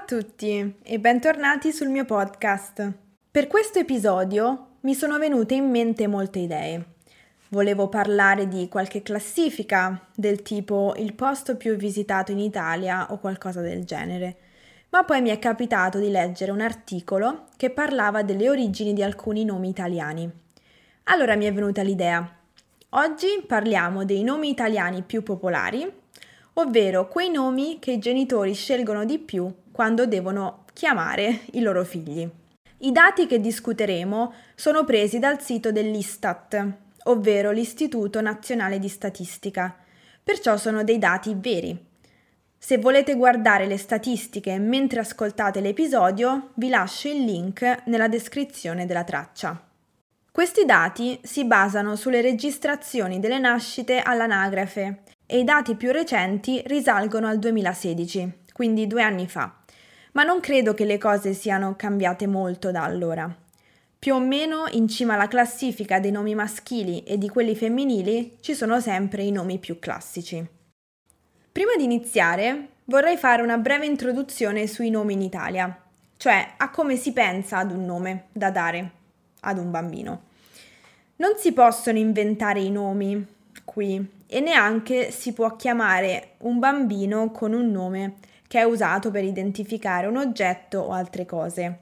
tutti e bentornati sul mio podcast. Per questo episodio mi sono venute in mente molte idee. Volevo parlare di qualche classifica del tipo il posto più visitato in Italia o qualcosa del genere, ma poi mi è capitato di leggere un articolo che parlava delle origini di alcuni nomi italiani. Allora mi è venuta l'idea. Oggi parliamo dei nomi italiani più popolari, ovvero quei nomi che i genitori scelgono di più quando devono chiamare i loro figli. I dati che discuteremo sono presi dal sito dell'Istat, ovvero l'Istituto Nazionale di Statistica, perciò sono dei dati veri. Se volete guardare le statistiche mentre ascoltate l'episodio, vi lascio il link nella descrizione della traccia. Questi dati si basano sulle registrazioni delle nascite all'anagrafe e i dati più recenti risalgono al 2016, quindi 2 anni fa, ma non credo che le cose siano cambiate molto da allora. Più o meno in cima alla classifica dei nomi maschili e di quelli femminili ci sono sempre i nomi più classici. Prima di iniziare vorrei fare una breve introduzione sui nomi in Italia, cioè a come si pensa ad un nome da dare ad un bambino. Non si possono inventare i nomi qui e neanche si può chiamare un bambino con un nome che è usato per identificare un oggetto o altre cose.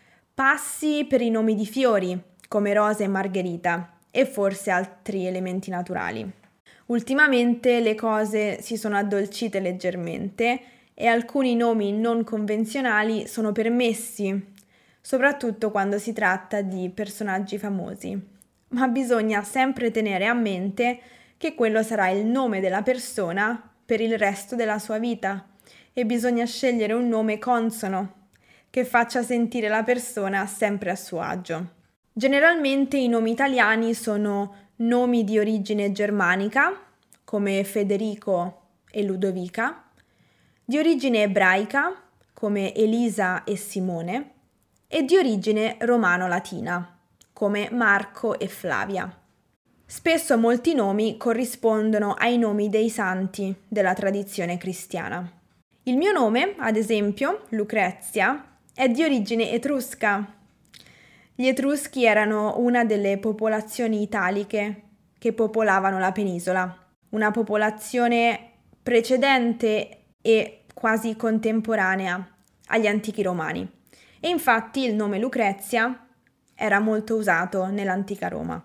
Passi per i nomi di fiori, come Rosa e Margherita, e forse altri elementi naturali. Ultimamente le cose si sono addolcite leggermente e alcuni nomi non convenzionali sono permessi, soprattutto quando si tratta di personaggi famosi. Ma bisogna sempre tenere a mente che quello sarà il nome della persona per il resto della sua vita e bisogna scegliere un nome consono che faccia sentire la persona sempre a suo agio. Generalmente i nomi italiani sono nomi di origine germanica, come Federico e Ludovica, di origine ebraica, come Elisa e Simone, e di origine romano-latina, come Marco e Flavia. Spesso molti nomi corrispondono ai nomi dei santi della tradizione cristiana. Il mio nome, ad esempio, Lucrezia, è di origine etrusca. Gli Etruschi erano una delle popolazioni italiche che popolavano la penisola, una popolazione precedente e quasi contemporanea agli antichi romani. E infatti il nome Lucrezia era molto usato nell'antica Roma.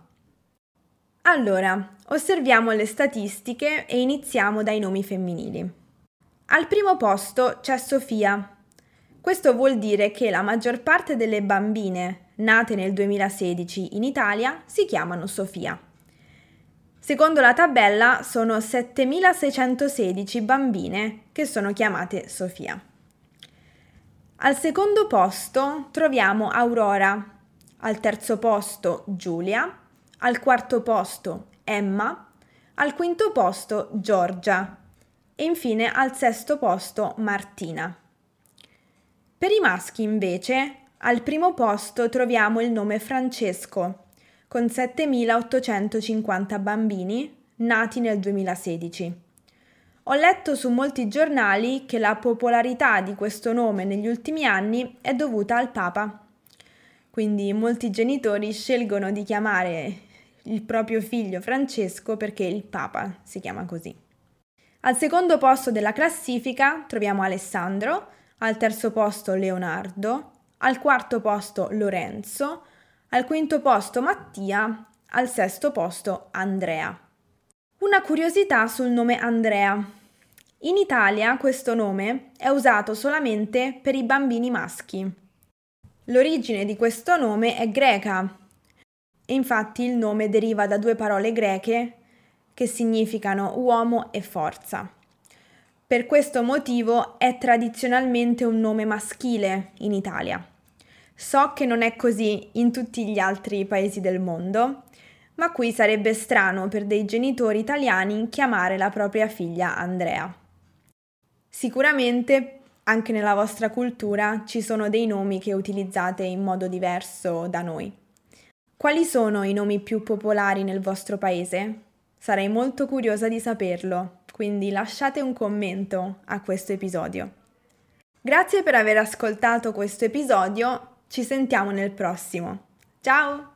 Allora, osserviamo le statistiche e iniziamo dai nomi femminili. Al primo posto c'è Sofia. Questo vuol dire che la maggior parte delle bambine nate nel 2016 in Italia si chiamano Sofia. Secondo la tabella sono 7.616 bambine che sono chiamate Sofia. Al secondo posto troviamo Aurora, al terzo posto Giulia, al quarto posto Emma, al quinto posto Giorgia e infine al sesto posto Martina. Per i maschi invece al primo posto troviamo il nome Francesco, con 7.850 bambini nati nel 2016. Ho letto su molti giornali che la popolarità di questo nome negli ultimi anni è dovuta al Papa. Quindi molti genitori scelgono di chiamare il proprio figlio Francesco perché il Papa si chiama così. Al secondo posto della classifica troviamo Alessandro, al terzo posto Leonardo, al quarto posto Lorenzo, al quinto posto Mattia, al sesto posto Andrea. Una curiosità sul nome Andrea. In Italia questo nome è usato solamente per i bambini maschi. L'origine di questo nome è greca e infatti il nome deriva da 2 parole greche che significano uomo e forza. Per questo motivo è tradizionalmente un nome maschile in Italia. So che non è così in tutti gli altri paesi del mondo, ma qui sarebbe strano per dei genitori italiani chiamare la propria figlia Andrea. Sicuramente anche nella vostra cultura ci sono dei nomi che utilizzate in modo diverso da noi. Quali sono i nomi più popolari nel vostro paese? Sarei molto curiosa di saperlo, quindi lasciate un commento a questo episodio. Grazie per aver ascoltato questo episodio, ci sentiamo nel prossimo. Ciao!